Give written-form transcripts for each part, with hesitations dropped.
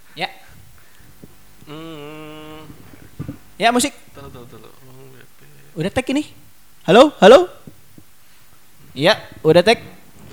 Ya. Ya musik. Tunggu. Udah tag ini. Halo. Iya, udah tag.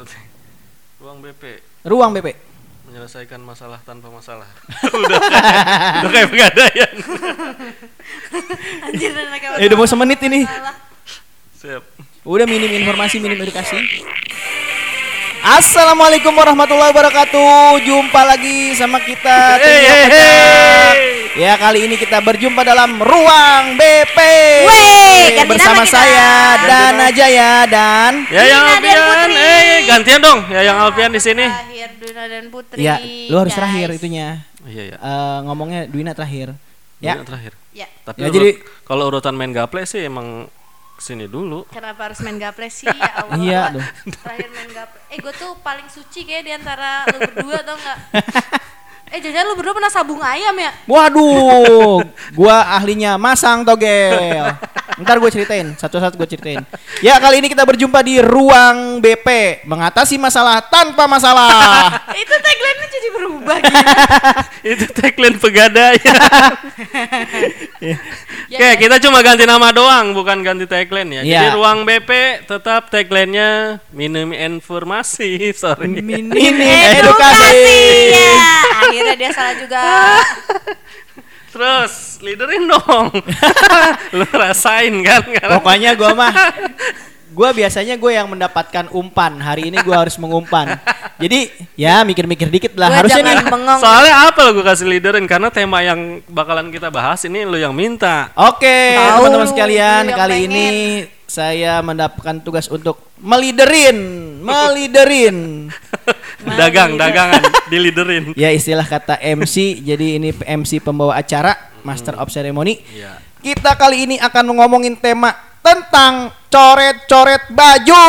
Ruang BP. Menyelesaikan masalah tanpa masalah. udah kayak pegadaian. Anjir, kayak Udah mau semenit ini. Siap. Udah minim informasi, minim edukasi. Assalamualaikum warahmatullahi wabarakatuh. Jumpa lagi sama kita. Ya, kali ini kita berjumpa dalam Ruang BP. Bersama saya Dana Jaya dan Yayang Alfian. Gantian dong. Yayang Alfian di sini. Terakhir Duna dan Putri. Ya, lu harus guys. terakhir itunya. Iya. Ngomongnya Dwina terakhir. Dwina Ya. terakhir. Ya. Tapi Ya, jadi kalau urutan main gaple sih emang sini dulu. Kenapa harus main gaple sih? Ya Allah. Iya, Gua tuh. Terakhir main gaple. Gue tuh paling suci kayak di antara lu berdua, tau enggak? Jangan lu berdua pernah sabung ayam ya? Waduh, gua ahlinya masang togel. Ntar gue ceritain, satu-satu gue ceritain. Ya, kali ini kita berjumpa di Ruang BP, mengatasi masalah tanpa masalah. Itu tagline-nya jadi berubah gitu. Itu tagline pegadaian. Oke, kita cuma ganti nama doang, bukan ganti tagline ya. Iya. Jadi Ruang BP tetap tagline-nya minim informasi, sorry. Minim edukasi. Ya, akhirnya dia salah juga. Terus leaderin dong. Lu rasain kan? Pokoknya gue biasanya gue yang mendapatkan umpan. Hari ini gue harus mengumpan. Jadi ya mikir-mikir dikit lah. Gua Harusnya jangan nih. bengong. Soalnya apa lo gue kasih leaderin? Karena tema yang bakalan kita bahas ini lu yang minta. Oke, Tahu teman-teman lu, sekalian, lu yang kali pengen. ini saya mendapatkan tugas untuk meliderin. Dagangan dileaderin. Ya, istilah kata MC. Jadi ini MC pembawa acara, Master of Ceremony. Iya. Kita kali ini akan ngomongin tema tentang coret-coret baju.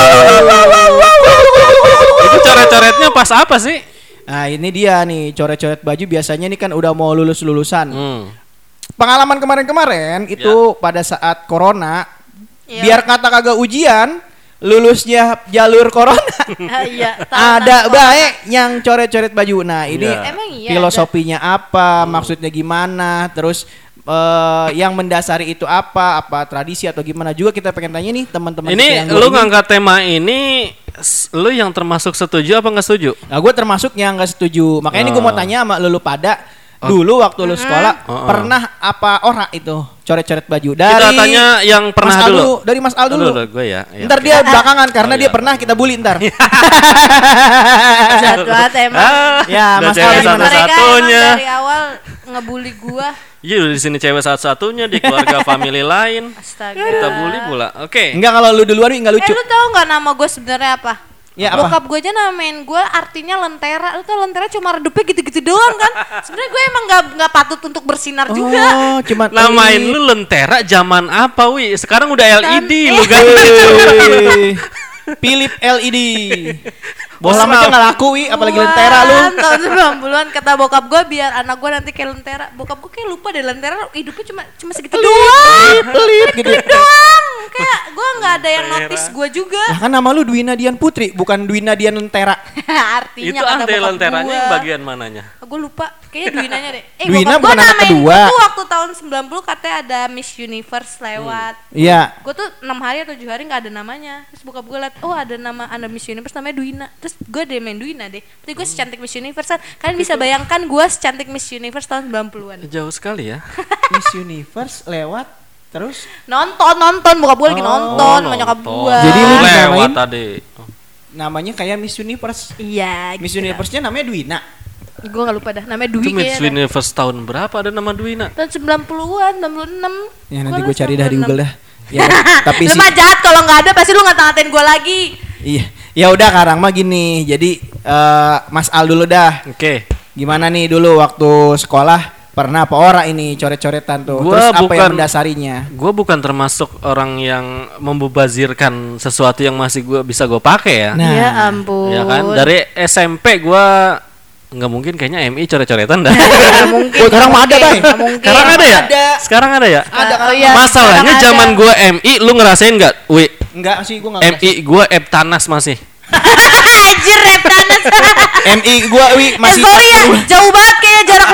Itu coret-coretnya pas apa sih? Nah, ini dia nih, coret-coret baju biasanya nih kan udah mau lulusan. Pengalaman kemarin itu pada saat corona, Iya. biar kata kagak ujian, lulusnya jalur corona. Iya. Ada baik yang coret-coret baju. Nah, ini Iya. Emang iya. filosofinya apa, maksudnya gimana, terus yang mendasari itu apa tradisi atau gimana juga kita pengen tanya nih teman-teman kita Ini yang lu ngangkat tema ini, lu yang termasuk setuju apa nggak setuju? Nah, gue termasuk yang nggak setuju. Makanya ini gue mau tanya sama lu pada dulu waktu lu sekolah pernah apa ora itu coret-coret baju dari Kita tanya yang pernah Mas Al dulu. Dari Mas Al dulu. Gue ya. Ntar dia belakangan karena Oh, dia iya. pernah kita bully ntar. Jahat banget emang. Ya, Udah Mas cewek Al gimana? Mereka satu-satunya. emang dari awal ngebully gua. Iya, di sini cewek satu-satunya di keluarga family lain. Astaga. Kita bully pula. Oke. Enggak, kalau lu duluan enggak lucu. Lu tahu nggak nama gue sebenarnya apa? Ya, apa? Bokap gue aja namain gue artinya lentera. Lu tau lentera cuma redupnya gitu-gitu doang kan? Sebenarnya gue emang nggak patut untuk bersinar juga. Oh, cuma Namain lu lentera zaman apa, Wi? Sekarang udah LED lu kan. Philip LED. Bola lama aja nggak laku, wi, apalagi lentera lu. Tahun 90-an kata bokap gue biar anak gue nanti kayak lentera. Bokap gue kayak lupa deh lentera hidupnya cuma segitu doang. Pelit gitu. Doang. Kayak gue nggak ada yang notice gue juga. Lah kan nama lu Dwina Dian Putri, bukan Dwina Dian Lentera. Artinya Itu kata ante bokap lenteranya gue. yang bagian mananya? Gue lupa, kayaknya Dwinanya deh. Dwina bokap bukan gua anak namain kedua. itu waktu tahun 90 katanya ada Miss Universe lewat. Iya. Gue tuh 6 hari atau 7 hari gak ada namanya. Terus bokap gue liat, oh ada Miss Universe namanya Dwina. Terus gue deh main Dwina deh. Tapi gue secantik Miss Universe kan. Kalian bisa bayangkan gue secantik Miss Universe tahun 90-an. Jauh sekali ya. Miss Universe lewat terus. Nonton bokap gue lagi nonton sama nyokap gue. Jadi lu lewat dinamain? tadi. Namanya kayak Miss Universe. Iya. Miss Universe-nya namanya Dwina. Gue gak lupa dah. Namanya Dwi Itu Miss kayaknya. Universe tahun berapa ada nama Dwina? Tahun 90-an, 96. Ya nanti gue cari dah di Google dah. Ya, tapi Lu sih mah jahat kalau nggak ada pasti lu ngata-ngatain gue lagi. iya. Ya udah Karang mah gini. Jadi Mas Al dulu dah. Oke. Gimana nih dulu waktu sekolah pernah apa ora ini coret-coretan tuh? Gua Terus apa yang bukan- mendasarinya? Gue bukan termasuk orang yang membazirkan sesuatu yang masih bisa gue pakai ya. Nah. Ya ampun. Ya kan dari SMP gue nggak mungkin kayaknya MI coret-coretan dah. Nggak mungkin. Oh, sekarang mah ada, Bay. Nggak mungkin. Sekarang ada ya? Ada. Sekarang ada ya? Ada Oh, iya. Masalahnya Sekarang ada. zaman gue MI lu ngerasain nggak? Wi, Enggak sih gue enggak. MI gue Eptanas masih. Anjir Reptanas. MI gua wi masih sorry ya, jauh banget kayaknya jarak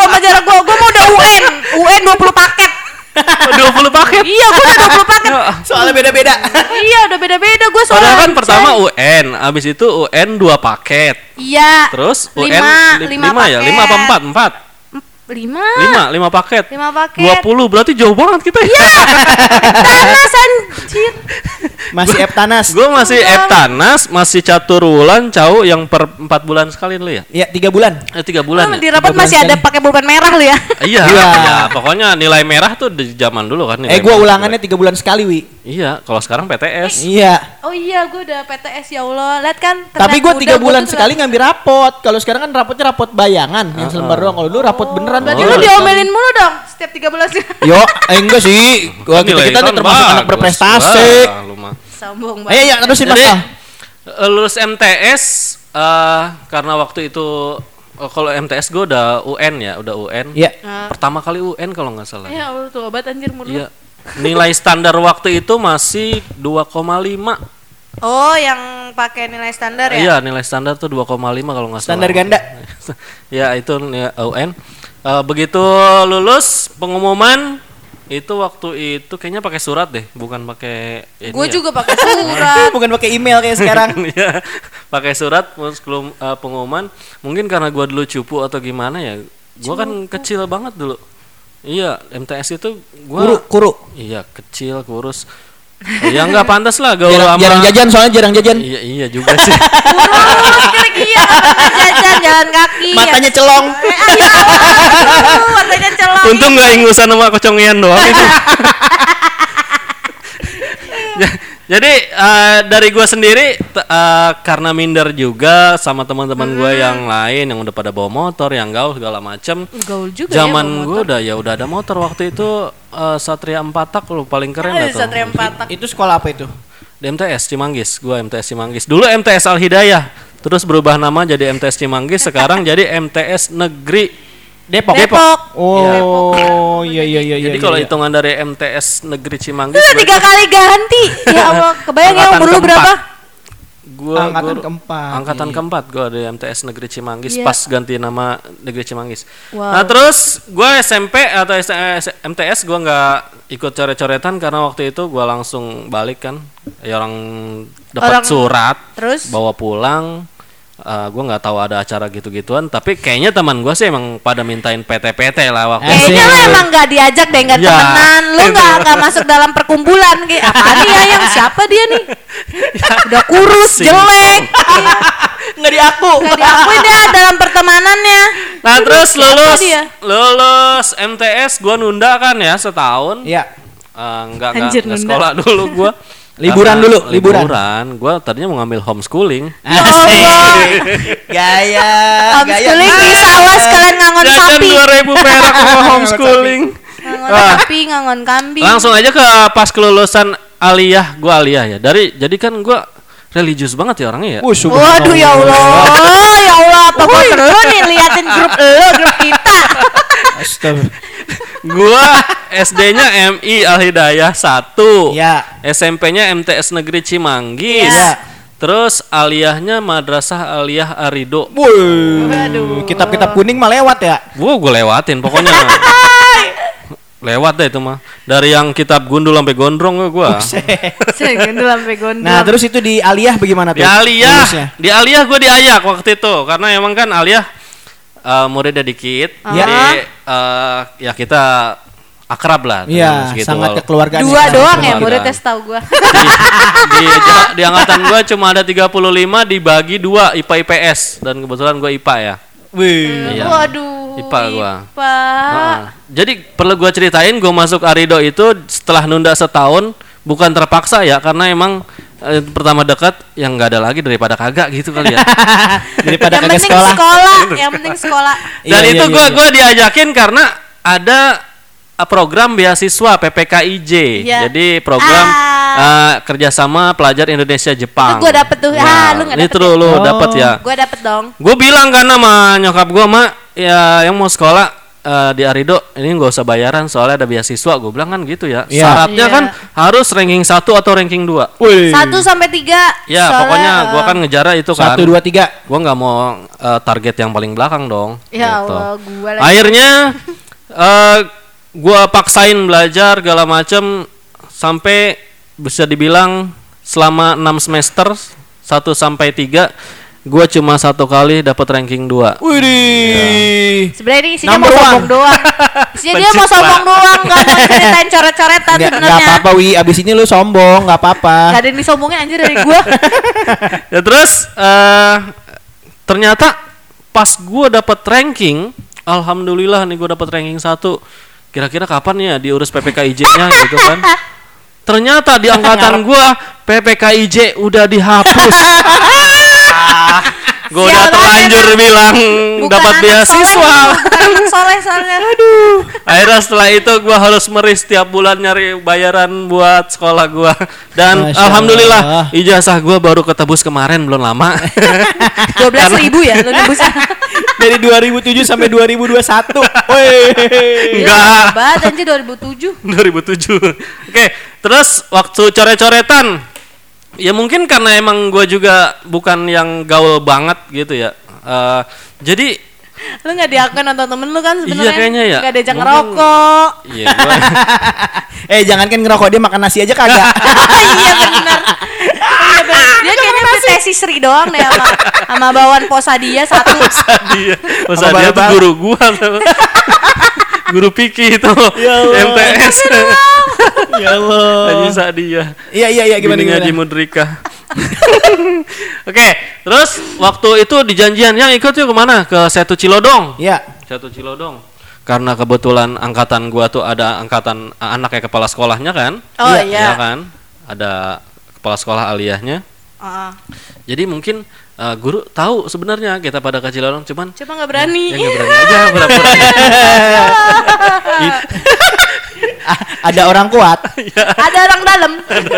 beda-beda. Iya, udah beda-beda gue soalnya. Padahal kan pertama UN, abis itu UN 2 paket. Iya. Terus UN lima 5 ya? 5 apa 4? 5 paket. 5 paket. 20 berarti jauh banget kita ya. Tanas anjir. Masih Eptanas. Gue masih Eptanas, masih catur wulan, cau yang per 4 bulan sekali lu ya? Iya, 3 bulan. 3 bulan Di ya? rapat 3 masih bulan ada sekali. pakai pulpen merah lu ya. Iya, Iya. iya, pokoknya nilai merah tuh di zaman dulu kan. nilai Gua merah. ulangannya 3 bulan sekali, Wi. Iya, kalau sekarang PTS. Iya. Oh iya, gue udah PTS ya Allah. Lihat kan. Tapi gua 3 bulan tuh sekali ngambil rapot. Kalau sekarang kan rapotnya rapot bayangan yang selembar doang. Kalau dulu rapot beneran. Berarti Oh. lu diomelin mulu dong setiap 3 bulan sih. Yo, enggak sih. Gua Nilai kita kan termasuk anak bagus. berprestasi. Wah, lu mah. Sombong Ayo ya, terusin Mas. Jadi, Al. lulus MTS karena waktu itu kalau MTS gue udah UN ya, udah UN. Iya. Pertama kali UN kalau nggak salah. Ya Allah tuh obat anjir mulu. Iya. Nilai standar waktu itu masih 2,5. Oh, yang pakai nilai standar ya? Iya, nilai standar tuh 2,5 kalau nggak salah. Standar ganda. Ya, itu UN. Begitu lulus pengumuman itu waktu itu kayaknya pakai surat deh, bukan pakai ini. Gue ya. juga pakai surat. Bukan pakai email kayak sekarang. Iya, pakai surat sebelum pengumuman. Mungkin karena gua dulu cupu atau gimana ya. Gua kan kecil banget dulu. Iya, MTS itu gua Kuru. Iya, kecil, kurus. Ya nggak pantas lah gaul sama. Jarang jajan soalnya jarang jajan. Iya juga sih. Kurus kira iya, jajan jalan kaki. Matanya celong. Matanya celong. Untung nggak ingusan sama kecongian doang itu. Jadi dari gue sendiri karena minder juga sama teman-teman gue yang lain yang udah pada bawa motor, yang gaul segala macem. Gaul juga Zaman ya. gue udah ada motor waktu itu Satria 4 tak lo paling keren dah tuh. Satria 4 tak. Itu sekolah apa itu? Di MTS Cimanggis, gue MTS Cimanggis. Dulu MTS Al Hidayah, terus berubah nama jadi MTS Cimanggis, sekarang jadi MTS Negeri Depok. Oh, iya. Jadi kalau hitungan dari MTS Negeri Cimanggis Itu 3 kali ganti. Ya Allah, kebayang ya umur lu berapa? Gua Angkatan keempat. Angkatan Iya. keempat gua ada MTS Negeri Cimanggis Iya. pas ganti nama Negeri Cimanggis. Wow. Nah, terus gua SMP atau MTS gua nggak ikut coret-coretan karena waktu itu gua langsung balik kan. Ya orang dapat surat, Terus bawa pulang. Gue nggak tahu ada acara gitu-gituan, tapi kayaknya teman gue sih emang pada mintain PT-PT lah waktu itu. kayaknya lu emang gak diajak deh, gak Ya, temenan. Lu itu. gak masuk dalam perkumpulan kayak apa nih ya, yang siapa dia nih? Udah kurus, Sing. jelek. Nggak diaku. Gak diakuin dia dalam pertemanannya. Nah terus siapa dia? lulus MTS gue nunda kan ya setahun. Iya. Enggak Anjir, nunda. sekolah dulu gue. Liburan dulu, liburan. Gue tadinya mau ngambil homeschooling. Asik. Gaya. Homeschooling bisa awas kalian ngangon Jajan sapi. 2.000 perak sama homeschooling. Ngangon Wah. sapi, ngangon kambing. Langsung aja ke pas kelulusan aliyah, gue aliyah ya. Jadi kan gue religius banget ya orangnya ya. Waduh ya Allah. Ya Allah, apa gua perlu nih liatin grup kita. Astaga. Gua SD-nya MI Al Hidayah 1. Ya. SMP-nya MTS Negeri Cimanggis. Ya. Terus aliyahnya Madrasah Aliyah Arido. Waduh. Kitab-kitab kuning mah lewat ya. Gue lewatin pokoknya. Lewat deh itu mah. Dari yang kitab gundul sampai gondrong gua. Gendul sampai gondol. Nah, terus itu di aliyah bagaimana tuh? Di aliyah, Lulusnya? di aliyah gue diayak waktu itu karena emang kan aliyah muridnya dikit, jadi ya kita akrab lah. Iya, segitu. sangat kekeluargaan. Dua ya. doang ya keluarga. muridnya setahu gua. di angkatan gue cuma ada 35 dibagi 2 IPA IPS dan kebetulan gue IPA ya. Wih. Iya. Waduh. IPA gua. IPA. Jadi perlu gue ceritain gue masuk Arido itu setelah nunda setahun bukan terpaksa ya karena emang pertama dekat yang nggak ada lagi daripada kagak gitu kali ya. Daripada Yang kagak penting sekolah. sekolah, yang penting sekolah. Dan Iya, itu iya, iya. gue diajakin karena ada program beasiswa PPKIJ. Iya. Jadi program kerjasama pelajar Indonesia Jepang. Itu gua dapet tuh. Lu nggak itu dapet lu ya? dapet ya. Gua dapet dong. Gue bilang kan sama nyokap gue, mak ya yang mau sekolah di Arido ini nggak usah bayaran soalnya ada beasiswa. Gue bilang kan gitu ya. Iya. Syaratnya Iya. kan harus ranking 1 atau ranking 2. Wih. 1 sampai 3. Ya pokoknya gue kan ngejar itu kan. 1, 2, 3. Gue nggak mau target yang paling belakang dong. Ya gitu. Allah, gua lagi. Akhirnya gue paksain belajar segala macem sampai bisa dibilang selama 6 semester 1 sampai 3 gua cuma 1 kali dapat ranking 2. Widih. Sebenarnya ini isinya Number mau one. sombong doang. Isinya dia mau sombong doang, gak mau ceritain coret-coretan Nggak sebenarnya. apa-apa Wi, abis ini lu sombong, nggak apa-apa. Gak ada yang disombongin anjir dari gua. Ya terus ternyata pas gua dapat ranking, alhamdulillah nih gua dapat ranking 1. Kira-kira kapan ya diurus PPKIJ-nya gitu kan? Ternyata di angkatan gua PPKIJ udah dihapus. Gue udah Sial terlanjur bilang dapat beasiswa. Bukan anak soleh soalnya. Akhirnya setelah itu gue harus meris setiap bulan nyari bayaran buat sekolah gue. Dan Masya alhamdulillah Allah. ijazah gue baru ketebus kemarin, belum lama. 12.000 ya lu nebusnya. Dari 2007 sampai 2021. Woi. Enggak. Banget anjir 2007. 2007. Oke, terus waktu coret-coretan, ya mungkin karena emang gue juga bukan yang gaul banget gitu ya. Jadi Lu gak diakuin nonton temen lu kan sebenarnya. Iya, kayaknya ya. Gak diajak Mungkin- ngerokok. iya gua, Jangankan ngerokok, dia makan nasi aja kagak. Iya benar. Iya benar. Dia kayaknya pretesi Sri doang deh sama bawaan posa dia satu. dia, Sama dia tuh bal-bal. guru gua. Guru Piki itu Ya Allah. MTS. Ya Allah. Haji Sadia. Iya gimana Bininya gimana. Haji Mudrika. Oke, terus waktu itu di janjian yang ikut yuk kemana? Ke Setu Cilodong. Iya. Setu Cilodong. Karena kebetulan angkatan gua tuh ada angkatan anaknya kepala sekolahnya kan. Oh Iya, iya. Ya kan? Ada kepala sekolah aliyahnya. Heeh. Jadi mungkin guru tahu sebenarnya kita pada ke Cilodong, cuman Cuma gak berani. ya nggak berani aja pura-pura. Ada orang kuat. Ada orang dalam.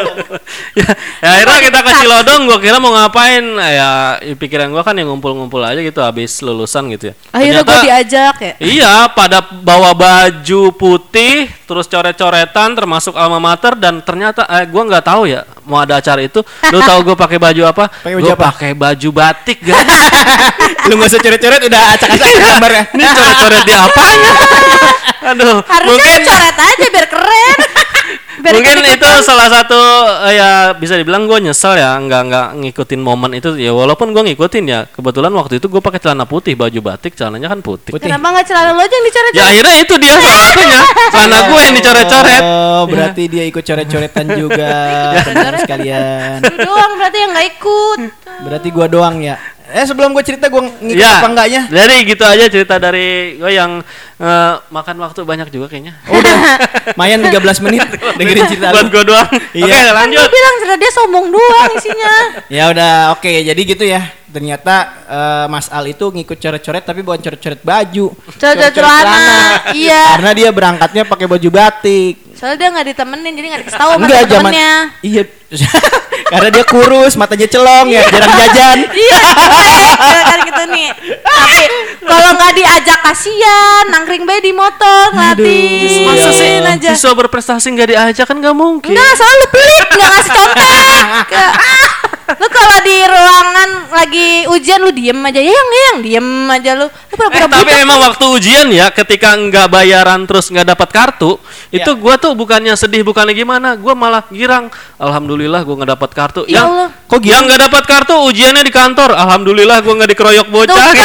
ya, akhirnya kita ke Cilodong, gua kira mau ngapain, ya pikiran gua kan yang ngumpul-ngumpul aja gitu habis lulusan gitu ya. Akhirnya gue diajak ya. Iya, pada bawa baju putih, terus coret-coretan, termasuk alma mater, dan ternyata gua nggak tahu ya mau ada acara itu. Lu tahu gua pakai baju apa? Pakai baju Gua apa? pakai baju batik, guys. Lu nggak usah coret-coret, udah acak-acak gambarnya. Ini coret-coret di apanya? Aduh, Harusnya mungkin coret aja biar keren. Biar mungkin ikut-ikutan. itu salah satu ya bisa dibilang gue nyesel ya nggak ngikutin momen itu ya, walaupun gue ngikutin ya, kebetulan waktu itu gue pakai celana putih, baju batik, celananya kan putih. Putih. Kenapa gak celana lo aja yang dicoret? Ya akhirnya itu dia salah satunya, celana gue yang dicoret-coret. Oh, berarti dia ikut coret-coretan juga. Teman sekalian. Lu doang berarti yang gak ikut. Berarti gua doang ya. Sebelum gue cerita gue ngikut Ya, apa enggaknya? jadi gitu aja cerita dari gue yang makan waktu banyak juga kayaknya. Udah, mayan 13 menit dengerin cerita Buat lu. gue doang. Iya. Oke, Kan lanjut. gue bilang cerita dia sombong doang isinya. Ya udah, oke. Jadi gitu ya. Ternyata Mas Al itu ngikut coret-coret tapi bukan coret-coret baju. Coret-coret celana. Iya. Karena dia berangkatnya pakai baju batik. Soalnya dia gak ditemenin jadi gak dikasih tahu sama Enggak zaman. temen-temennya. Iya. Karena dia kurus, matanya celong ya, jarang jajan. Iya, kan gitu nih. Tapi kalau nggak diajak kasihan, nangkring bae di motor ngeliatin. Masa sih aja. siswa berprestasi nggak diajak, kan nggak mungkin. Enggak, selalu pelit, nggak ngasih contek. Kayak, lu kalau di ruangan lagi ujian lu diem aja, yang diem aja lu. Lu pura-pura Tapi buta. emang waktu ujian ya, ketika nggak bayaran terus nggak dapat kartu, itu gua tuh bukannya sedih, bukannya gimana, gua malah girang. Alhamdulillah gua nggak dapat kartu. Ya Allah. Kok gitu? Yang nggak dapat kartu ujiannya di kantor. Alhamdulillah gua nggak dikeroyok Tuh bocah. kan,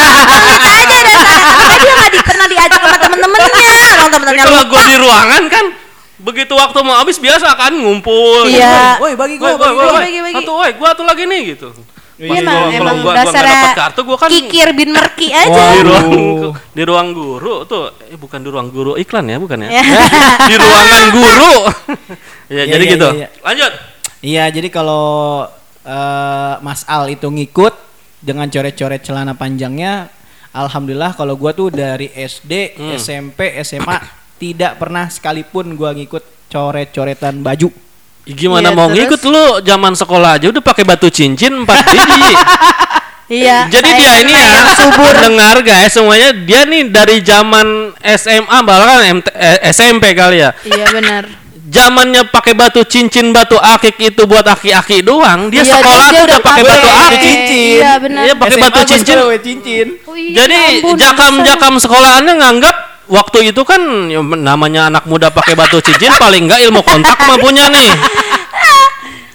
pelit aja dan karena dia nggak pernah diajak sama temen-temennya. Kalau temen-temennya Kalau lupa. gua di ruangan kan, begitu waktu mau habis biasa kan ngumpul. Iya. Woi, bagi Woi, gua, woi, bagi woi, gua. bagi. satu, woi, gua tuh lagi nih gitu. Iya, Pas emang kalau gua nggak dasarnya dapat kartu, gua kan kikir bin merki di aja. ruang guru tuh, bukan di ruang guru iklan ya, bukan ya? Ya. Di ruangan guru. Ya, Iya, jadi iya, gitu. iya. Lanjut. Iya, jadi kalau Mas Al itu ngikut dengan coret-coret celana panjangnya, alhamdulillah kalau gua tuh dari SD, SMP, SMA tidak pernah sekalipun gua ngikut coret-coretan baju. Gimana Iya, mau terus? ngikut lu zaman sekolah aja udah pakai batu cincin 4 biji. Iya. Jadi dia ini ya dengar guys semuanya, dia nih dari zaman SMA bahkan SMP kali ya. Iya benar. Zamannya pakai batu cincin, batu akik itu buat aki-aki doang. Dia Iya, sekolah dia tuh udah pakai batu akik. cincin. Iya benar. Iya, pakai batu SMA cincin. gua cincin. Oh, iya, Jadi ampun, jakam-jakam sekolahannya nganggap waktu itu kan ya, namanya anak muda pakai batu cincin paling enggak ilmu kontak mah punya nih.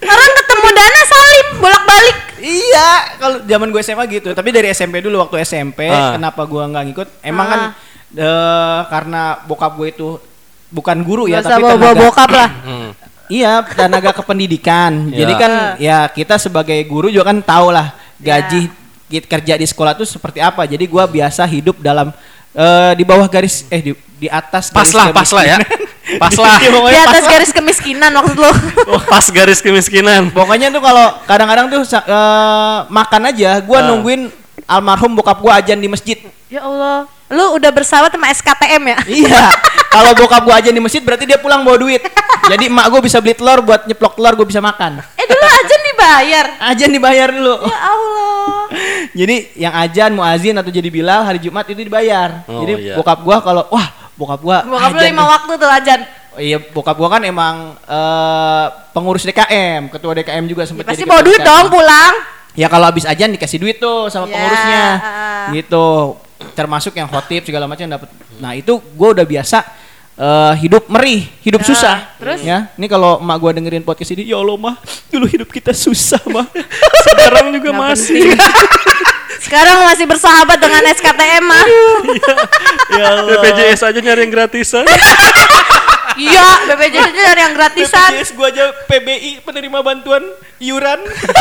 Orang ketemu Dana salim bolak-balik. Iya, kalau zaman gue SMA gitu. Tapi dari SMP dulu, waktu SMP kenapa gue nggak ngikut? Emang kan karena bokap gue itu bukan guru ya, Gak tapi usah bawa bokap lah. Iya, tenaga kependidikan. Jadi kan ya kita sebagai guru juga kan tahu lah gaji kerja di sekolah tuh seperti apa. Jadi gua biasa hidup dalam di bawah garis di atas garis pas lah ya. Pas lah. Di atas garis kemiskinan maksud lo. Pas garis kemiskinan. Pokoknya tuh kalau kadang-kadang tuh makan aja gua nungguin almarhum bokap gua azan di masjid. Ya Allah. Lu udah bersahabat sama SKTM ya? Iya. Kalau bokap gua azan di masjid berarti dia pulang bawa duit. Jadi emak gua bisa beli telur buat nyeplok telur gua bisa makan. Dulu azan dibayar. Azan dibayar dulu. Ya Allah. Jadi yang azan, muazin atau jadi Bilal hari Jumat itu dibayar. Jadi bokap gua kalau bokap gua lu 5 waktu tuh azan. Oh iya, bokap gua kan emang pengurus DKM, ketua DKM juga sempat Pasti jadi. bawa duit dong pulang. Ya kalau habis azan dikasih duit tuh sama pengurusnya. Gitu. Termasuk yang khotib segala macam dapat. Nah, itu gua udah biasa hidup merih, hidup susah. Terus? Ya, ini kalau emak gua dengerin podcast ini, ya Allah mah, dulu hidup kita susah mah. Sekarang juga masih. Sekarang masih bersahabat dengan SKTM mah. Ya Allah. BPJS aja nyari yang gratisan. Iya, BPJS aja nyari yang gratisan. BPJS gua aja PBI penerima bantuan iuran.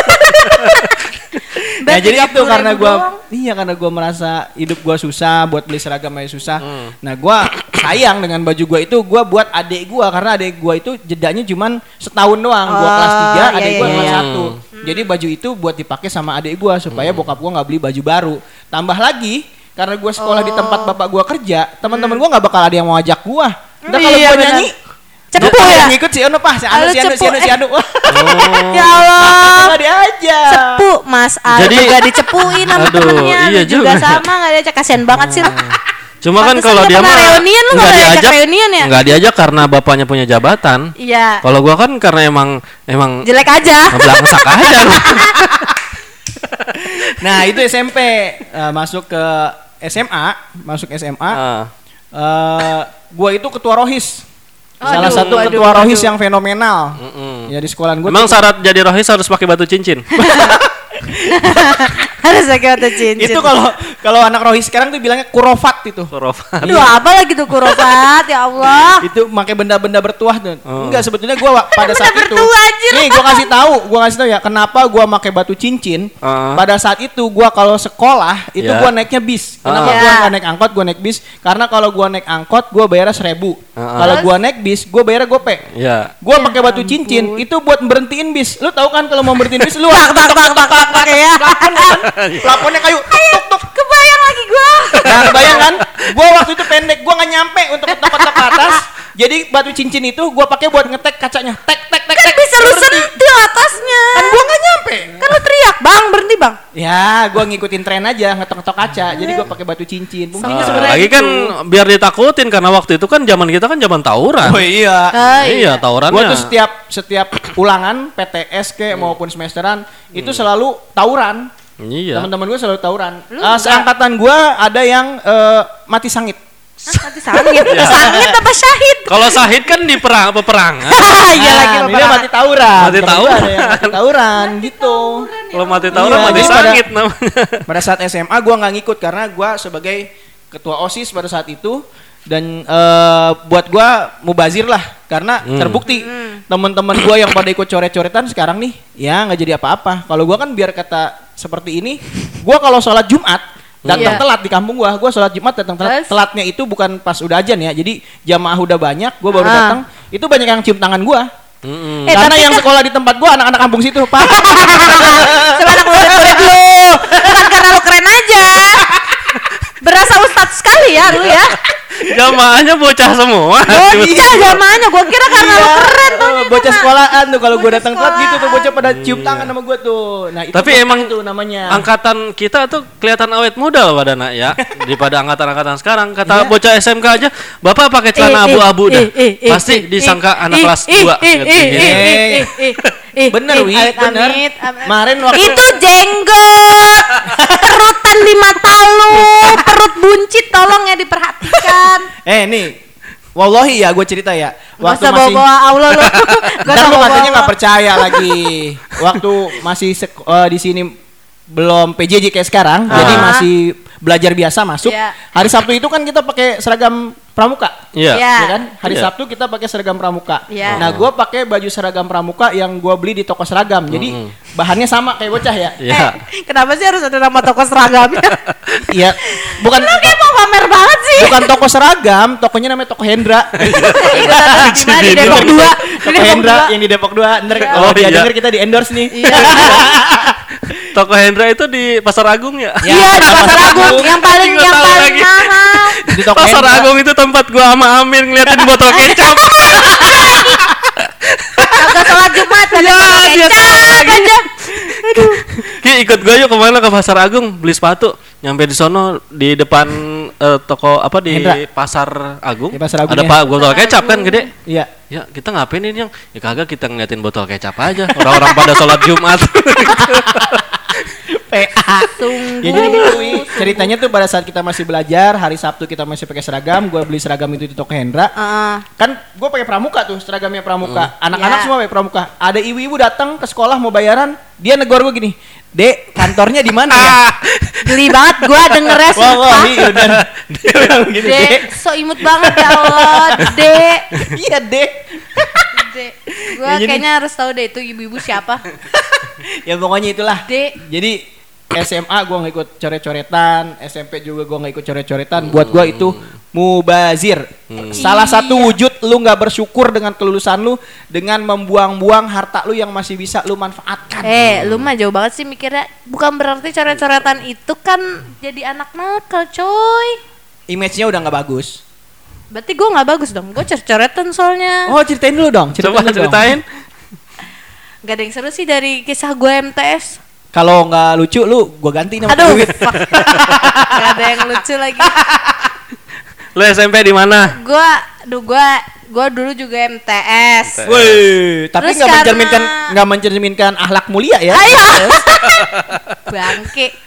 Nah jadi itu karena karena gua merasa hidup gua susah, buat beli seragam aja susah. Nah gua sayang dengan baju gua itu gua buat adik gua karena adik gua itu jedanya cuman setahun doang. Gua kelas 3, adik gua kelas 1. Jadi baju itu buat dipakai sama adik gua supaya bokap gua nggak beli baju baru. Tambah lagi karena gua sekolah di tempat bapak gua kerja, teman-teman gua nggak bakal ada yang mau ajak gua. Ntar kalau gua nyanyi cepu ya? Ngikut si Anu Pak, si Anu. Ya Allah. Nggak diajak. Cepu Mas Al juga dicepuin sama temennya. Iya juga sama nggak diajak, kasihan banget sih. Cuma kan kalau dia mah reunian lu nggak diajak reunian ya? Nggak diajak karena bapaknya punya jabatan. Iya. Kalau gua kan karena emang jelek aja. ngebelangsak aja. Nah itu SMP masuk SMA. Gua itu ketua rohis. Salah satu ketua rohis yang fenomenal. Ya di sekolahan gue. Emang syarat jadi rohis harus pakai batu cincin? Harus pakai batu cincin. Itu kalau anak rohis sekarang tuh bilangnya kurofat itu. Kurofat. Aduh, apa lagi tuh kurofat? Ya Allah. Itu pakai benda-benda bertuah tuh. Enggak, sebetulnya gue pada saat itu. Anjir. Nih gue kasih tahu ya kenapa gue pakai batu cincin. Pada saat itu gue kalau sekolah itu gue naiknya bis. Kenapa gue nggak naik angkot? Gue naik bis karena kalau gue naik angkot gue bayarnya 1.000. Kalau gue naik bis gue bayarnya gope. Gue pakai batu cincin itu buat berhentiin bis. Lu tahu kan kalau mau berhentiin bis lu tak ya. Plafonnya kayu. Tuk. Kebayang lagi gue. Nah, kebayang kan? Gue waktu itu pendek, gue nggak nyampe untuk ketok ke atas. Jadi batu cincin itu gue pakai buat ngetek kacanya. Tek. Kan bisa lu sentil atasnya. Kan gue nggak nyampe. Kan lu teriak, "Bang, berhenti, Bang." Ya, gue ngikutin tren aja, ngetok kaca. Jadi gue pakai batu cincin. Fungsinya sebenarnya lagi kan biar ditakutin karena waktu itu kan zaman kita kan zaman tawuran. Oh iya. Iya, tawurannya. Gue tuh setiap ulangan PTS maupun semesteran itu selalu tawuran. Iya. Teman-teman gue selalu tawuran. Seangkatan gue ada yang mati sangit. Mati sangit. Sangit apa syahid? Kalau syahid kan di peperangan. Iya lagi dia mati tawuran. Mati tawuran. Ada yang mati tawuran gitu. Kalau mati tawuran mati sangit namanya. Pada saat SMA gue nggak ngikut karena gue sebagai ketua OSIS pada saat itu dan buat gue mubazir lah karena terbukti teman-teman gue yang pada ikut coret-coretan sekarang nih ya nggak jadi apa-apa. Kalau gue kan biar kata seperti ini, gue kalau sholat Jumat datang telat di kampung gue sholat Jumat datang telat. Telatnya itu bukan pas udah ajan ya, jadi jamaah udah banyak, gue baru datang, itu banyak yang cium tangan gue. Karena yang sekolah di tempat gue anak-anak kampung situ, Pak. Sama anak murid-murid lu. Bukan karena lu keren aja. Berasa ustadz sekali ya lu ya. Jamaahnya bocah semua. Bocah jamaahnya, gue kira karena lu keren tuh. Bocah sekolahan tuh kalau gue datang telat gitu tuh bocah pada cium tangan sama gue tuh. Nah, itu tapi emang itu namanya. Angkatan kita tuh kelihatan awet muda loh pada nak ya daripada angkatan-angkatan sekarang. Kata bocah SMK aja, "Bapak pakai celana abu-abu dah." Pasti disangka anak kelas 2. Bener Wi, bener. Kemarin waktu itu jenggot, perutan di mata lu, perut buncit, tolong ya diperhatikan. Nih Wallahi ya, gue cerita ya. Gak usah bawa-bawa Allah lo. Dan lu katanya nggak percaya lagi. Waktu masih di sini belum PJJ kayak sekarang, jadi masih belajar biasa masuk. Hari Sabtu itu kan kita pakai seragam pramuka. Iya. Ya kan? Hari Sabtu kita pakai seragam pramuka. Nah, gue pakai baju seragam pramuka yang gue beli di toko seragam. Jadi bahannya sama kayak bocah ya. Kenapa sih harus ada nama toko seragamnya? Iya, bukan. Lu kayak mau pamer banget sih. Bukan toko seragam, tokonya namanya Toko Hendra. Gimana di Depok 2? Toko Hendra yang di Depok 2. Ntar kalau dia denger kita di endorse nih. Toko Hendra itu di Pasar Agung ya? Iya, di Pasar Agung yang paling mahal. Di Toko Pasar Hendra. Agung itu tempat gua sama Amir ngeliatin botol kecap. Agak sholat Jumat ada kecap aja. Ki ikut gua yuk kemana ke Pasar Agung beli sepatu. Nyampe di sono di depan toko apa di Hendra. Pasar Agung. Di Pasar Agung ada ya. pak botol kecap kan gede. Iya. Ya kita ngapain ini yang? Ya kagak kita ngeliatin botol kecap aja. Orang-orang pada sholat Jumat. PA. Ya jadi gitu, Wi. Ceritanya tuh pada saat kita masih belajar, hari Sabtu kita masih pakai seragam, gue beli seragam itu di Toko Hendra. Kan gue pakai pramuka tuh, seragamnya pramuka. Anak-anak semua pakai pramuka. Ada ibu-ibu datang ke sekolah mau bayaran, dia negor gue gini, "Dek, kantornya di mana ya?" Geli banget gue dengernya sumpah. Wallahi udah. Dia bilang gitu, Dek, so imut banget ya Allah, Dek. Iya, Dek. Dek. Gue Ya, jadi- kayaknya harus tahu deh itu ibu-ibu siapa. Ya pokoknya itulah. Dek. Jadi SMA gue nggak ikut coret-coretan, SMP juga gue nggak ikut coret-coretan. Buat gue itu mubazir. Salah satu wujud lu nggak bersyukur dengan kelulusan lu dengan membuang-buang harta lu yang masih bisa lu manfaatkan. Lu mah jauh banget sih mikirnya. Bukan berarti coret-coretan itu kan jadi anak nakal, coy. Image-nya udah nggak bagus. Berarti gue nggak bagus dong. Gue coret-coretan soalnya. Oh, ceritain dulu dong. Coba dulu dong. ceritain. Gak ada yang seru sih dari kisah gue MTS. Kalau nggak lucu lu gue ganti nama Aduh, duit. fuck. Gak ada yang lucu lagi. Lu SMP di mana? Gue dulu juga MTS. Woi, tapi Terus nggak mencerminkan akhlak mulia ya. Ayo. Bangke.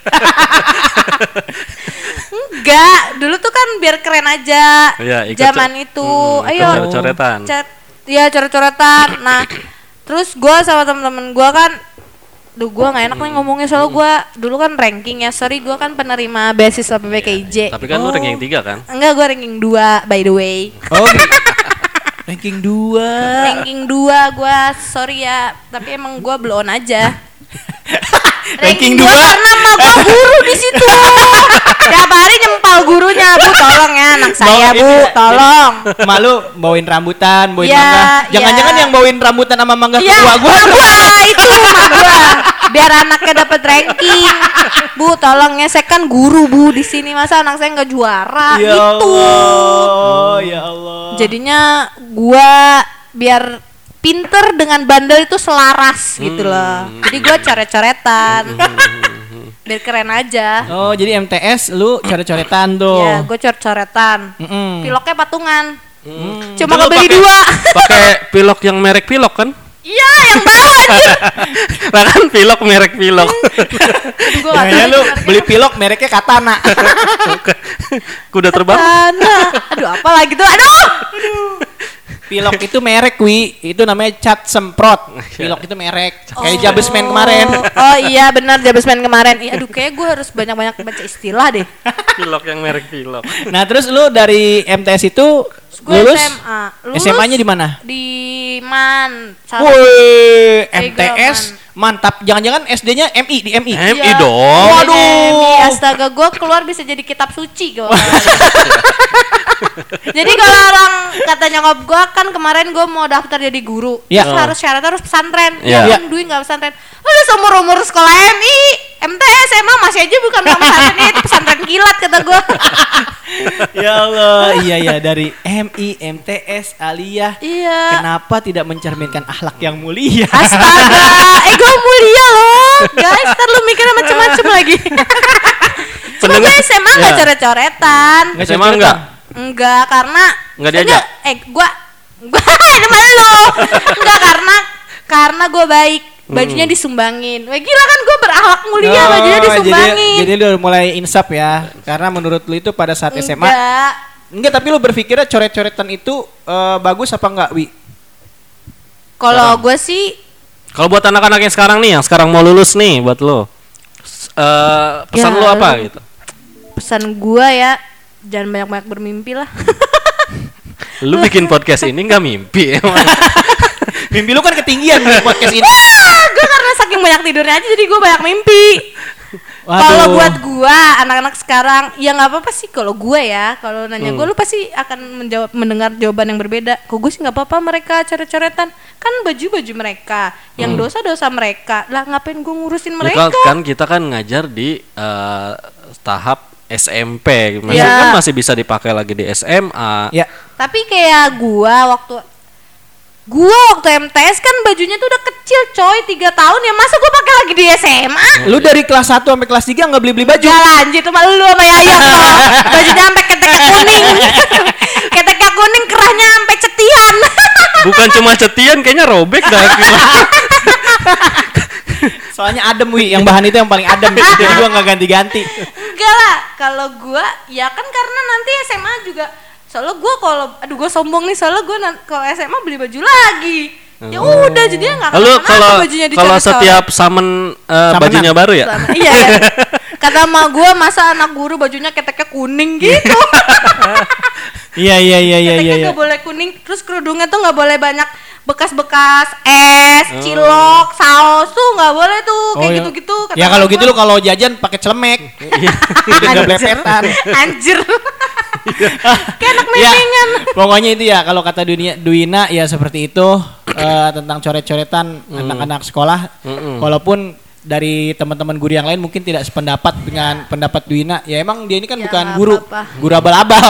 Enggak, dulu tuh kan biar keren aja. Iya, ikut Zaman itu. Ayo. coret-coretan. Iya, coret-coretan. Nah, terus gue sama temen-temen gue kan, gue nggak enak nih ngomongnya soal gue dulu kan ranking ya. Sorry, gue kan penerima beasiswa PPKIJ. Tapi kan lu ranking 3 kan? Enggak, gue ranking 2 by the way. Oh, gitu. Ranking 2. Ranking 2 gue, sorry ya, tapi emang gue blow on aja. Ranking 2 karena emak gue guru di situ. Tiap hari nyempal gurunya, Bu tolong ya anak saya Bu, tolong. Malu bawain rambutan, bawain Ya, mangga. Jangan-jangan ya. yang bawain rambutan sama mangga Iya, kedua gua. itu emak gua. Biar anaknya dapat ranking. Bu, tolong ya, saya kan guru Bu di sini, masa anak saya nggak juara Ya gitu. Allah, ya Allah. Jadinya gua biar pinter dengan bandel itu selaras gitu loh. Jadi gua coret-coretan. Biar keren aja. Oh, jadi MTS lu coret-coretan tuh. Ya, gue coret-coretan. Mm-mm. Piloknya patungan. Cuma Itu lu kebeli pakai- 2. Pakai pilok yang merek pilok kan? Iya, yang bawah anjir. Nah kan pilok merek pilok. Aduh, gua nggak Kayaknya tahu lu mereknya beli pilok mereknya Katana. Kuda terbang. Katana. Aduh, apa lagi tuh? Aduh. Pilok itu merek, Wi. Itu namanya cat semprot. Pilok itu merek. Kayak Jabesman kemarin. Oh iya benar Jabesman kemarin. Ih, aduh kayak gue harus banyak-banyak baca istilah deh. Pilok yang merek pilok. Nah, terus lu dari MTS itu Gue lulus? SMA. SMA-nya di mana? Di Man. Woi, Bego, MTS mantap. Jangan-jangan SD-nya MI di MI. MI Iya. dong. Waduh. Astaga, gue keluar bisa jadi kitab suci gue. Jadi kalau orang kata nyokap gue kan kemarin gue mau daftar jadi guru, Iya. terus harus syaratnya harus pesantren. Iya. Ya, Dwi nggak pesantren. Udah seumur-umur sekolah MI, MTS emang masih aja bukan pesantren, itu pesantren kilat kata gue. Ya Allah, iya ya dari MI, MTS, Aliyah. Iya. Kenapa tidak mencerminkan akhlak yang mulia? Astaga, ego mulia loh, guys. Ntar lu mikirnya macem-macem lagi. Cuma gue Pendengar- SMA nggak Iya. coret-coretan. Nggak SMA coret-coretan. enggak? Enggak, karena Nggak diajak? gua ini mana lu? Enggak, karena gua baik. Bajunya disumbangin. Wah, gila kan gua berakhlak mulia, bajunya disumbangin. Jadi lu udah mulai insaf ya. Karena menurut lu itu pada saat SMA Enggak. Enggak, tapi lu berpikirnya coret-coretan itu bagus apa enggak, Wi? Kalau gue sih Kalau buat anak-anak yang sekarang nih, yang sekarang mau lulus nih, buat lo, pesan Ya, lo apa gitu? pesan gue ya jangan banyak-banyak bermimpi lah. Lu bikin podcast ini nggak mimpi emang? Mimpi lu kan ketinggian di podcast ini. Gue karena saking banyak tidurnya aja jadi gue banyak mimpi. Waduh. Kalau buat gue anak-anak sekarang ya nggak apa-apa sih. Kalau gue ya kalau nanya gue lu pasti akan mendengar jawaban yang berbeda. Kalau gue sih nggak apa-apa mereka coret-coretan, kan baju-baju mereka yang dosa-dosa mereka lah, ngapain gue ngurusin Ya, mereka. kan kita kan ngajar di tahap SMP, masih Ya. kan masih bisa dipakai lagi di SMA. Ya. Tapi kayak gua waktu MTS kan bajunya tuh udah kecil coy, 3 tahun ya, masa gua pakai lagi di SMA? Lu dari kelas 1 sampai kelas 3 enggak beli-beli baju. Ya lanjut sama lu sama Yayang loh. Bajunya sampai keteknya kuning. Keteknya kuning, kerahnya sampai cetian. Bukan cuma cetian, kayaknya robek dah. Soalnya adem, Wi, yang bahan itu yang paling adem. Jadi gua enggak ganti-ganti. Enggak lah, kalau gua ya kan karena nanti SMA juga. Soalnya gua gua sombong nih, soalnya gua kalau SMA beli baju lagi. Ya udah jadinya enggak Lalu bajunya kalau dicoret-coret. setiap samen bajunya baru ya? Iya. Kata emak gue, masa anak guru bajunya keteknya kuning gitu. Iya. Keteknya nggak boleh kuning, terus kerudungnya tuh nggak boleh banyak bekas-bekas es, cilok, saus tuh nggak boleh tuh kayak iya. gitu-gitu. Kata Ya kalau emak gitu gua. lu kalau jajan pakai celemek. Udah enggak blepetan. Anjir. Kayak anak Ya, memingan. pokoknya itu ya kalau kata Duina ya seperti itu tentang coret-coretan anak-anak sekolah. Walaupun dari teman-teman guru yang lain mungkin tidak sependapat dengan pendapat Duina. Ya emang dia ini kan Ya, bukan nggak guru, apa-apa. guru abal-abal.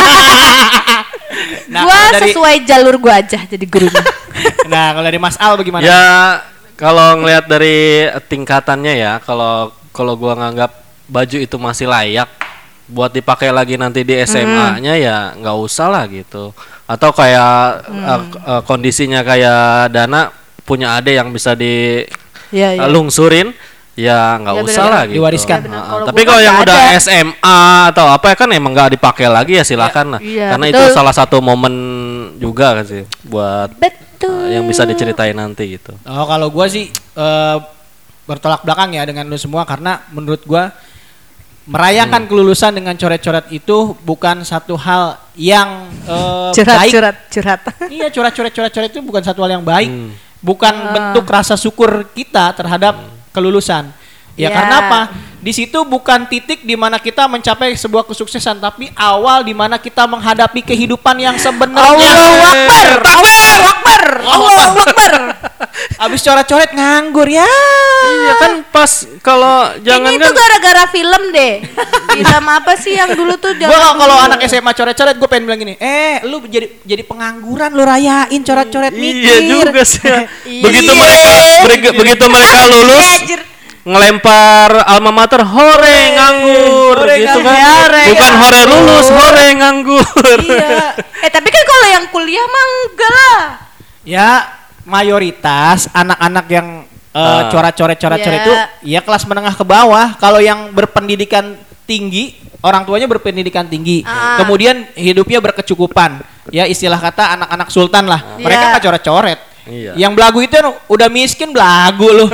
Nah, Gua kalau dari sesuai jalur gua aja jadi gurunya. Nah, kalau dari Mas Al bagaimana? Ya kalau ngelihat dari tingkatannya ya, kalau gua nganggap baju itu masih layak buat dipakai lagi nanti di SMA-nya ya nggak usah lah gitu. Atau kayak kondisinya kayak Dana punya adik yang bisa Iya, lungsurin, ya nggak Ya, usah bener. lah gitu. Diwariskan. Ya, bener. Heeh. Kalau Tapi gua kalau kan yang nggak udah ada. SMA atau apa ya kan emang nggak dipakai lagi ya silakan lah. Iya, Karena betul. itu salah satu momen juga kan sih buat Betul. yang bisa diceritain nanti gitu. Oh, kalau gua sih bertolak belakang ya dengan lu semua karena menurut gua merayakan kelulusan dengan coret-coret itu bukan satu hal yang baik. Curhat. Iya, coret-coret itu bukan satu hal yang baik. Bukan bentuk rasa syukur kita terhadap kelulusan. Ya, Ya. karena apa? Di situ bukan titik di mana kita mencapai sebuah kesuksesan, tapi awal di mana kita menghadapi kehidupan yang sebenarnya. Allahu Akbar. Allahu Akbar. Abis coret-coret nganggur ya. Iya kan pas kalau jangan Kayaknya itu kan gara-gara film deh. Film apa sih yang dulu tuh Gue kalau anak SMA coret-coret gue pengen bilang gini, lu jadi pengangguran lu rayain coret-coret mikir. iya juga sih. Iya. Begitu mereka lulus Anjir. ngelempar alma mater hore nganggur hore gitu nganggur. kan. Hore Bukan hore lulus, hore nganggur. Iya. Tapi kan kalau yang kuliah mah enggak lah. Ya mayoritas anak-anak yang coret-coret Ya. itu ya kelas menengah ke bawah. Kalau yang berpendidikan tinggi, orang tuanya berpendidikan tinggi, kemudian hidupnya berkecukupan. Ya istilah kata anak-anak sultan lah. Mereka Ya. nggak coret-coret. Iya. Yang belagu itu udah miskin belagu lu.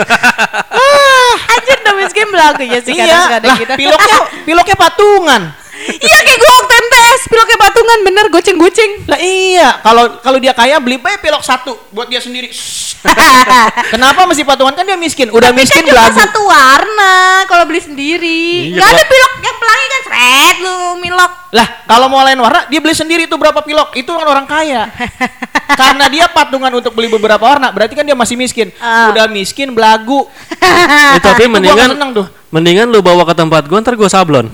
Anjir udah miskin belagu ya sih Iya, kadang-kadang lah gitu. piloknya patungan. Iya kayak gue waktu MTS piloknya patungan bener goceng-goceng. Lah iya, kalau dia kaya beli pilok satu buat dia sendiri. Kenapa mesti patungan, kan dia miskin, udah miskin Kan cuma belagu. satu warna kalau beli sendiri. Iya, Nggak ada Pak. pilok yang pelangi kan seret lu milok. Lah kalau mau lain warna dia beli sendiri tuh berapa pilok, itu kan orang kaya. Karena dia patungan untuk beli beberapa warna, berarti kan dia masih miskin. Udah miskin belagu. Tapi Itu gua nggak seneng tuh. mendingan lu bawa ke tempat gua ntar gua sablon.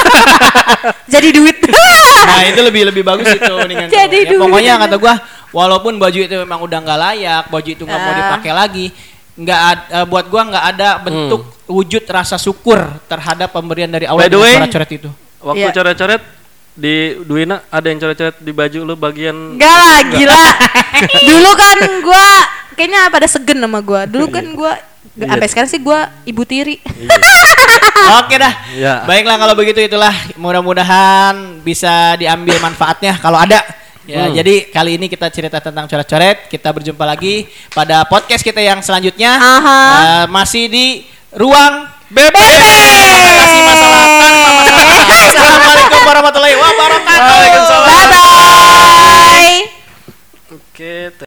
Jadi duit. Nah itu lebih bagus itu mendingan. Jadi Ya, duit. pokoknya kata gua, walaupun baju itu memang udah nggak layak, baju itu nggak mau dipakai lagi, buat gua nggak ada bentuk wujud rasa syukur terhadap pemberian dari Allah By the way, dengan coret-coret itu. Waktu Iya. coret-coret di Duina ada yang coret-coret di baju lu bagian Enggak lah, gila. Dulu kan gua kayaknya pada segen sama gua. Dulu kan gua Sampai sekarang sih gue ibu tiri. Oke dah. Iya. Baiklah kalau begitu itulah mudah-mudahan bisa diambil manfaatnya kalau ada. Ya, jadi kali ini kita cerita tentang coret-coret. Kita berjumpa lagi pada podcast kita yang selanjutnya. Masih di Ruang Bebek. Konsultasi masalah tanpa masalah. Assalamualaikum warahmatullahi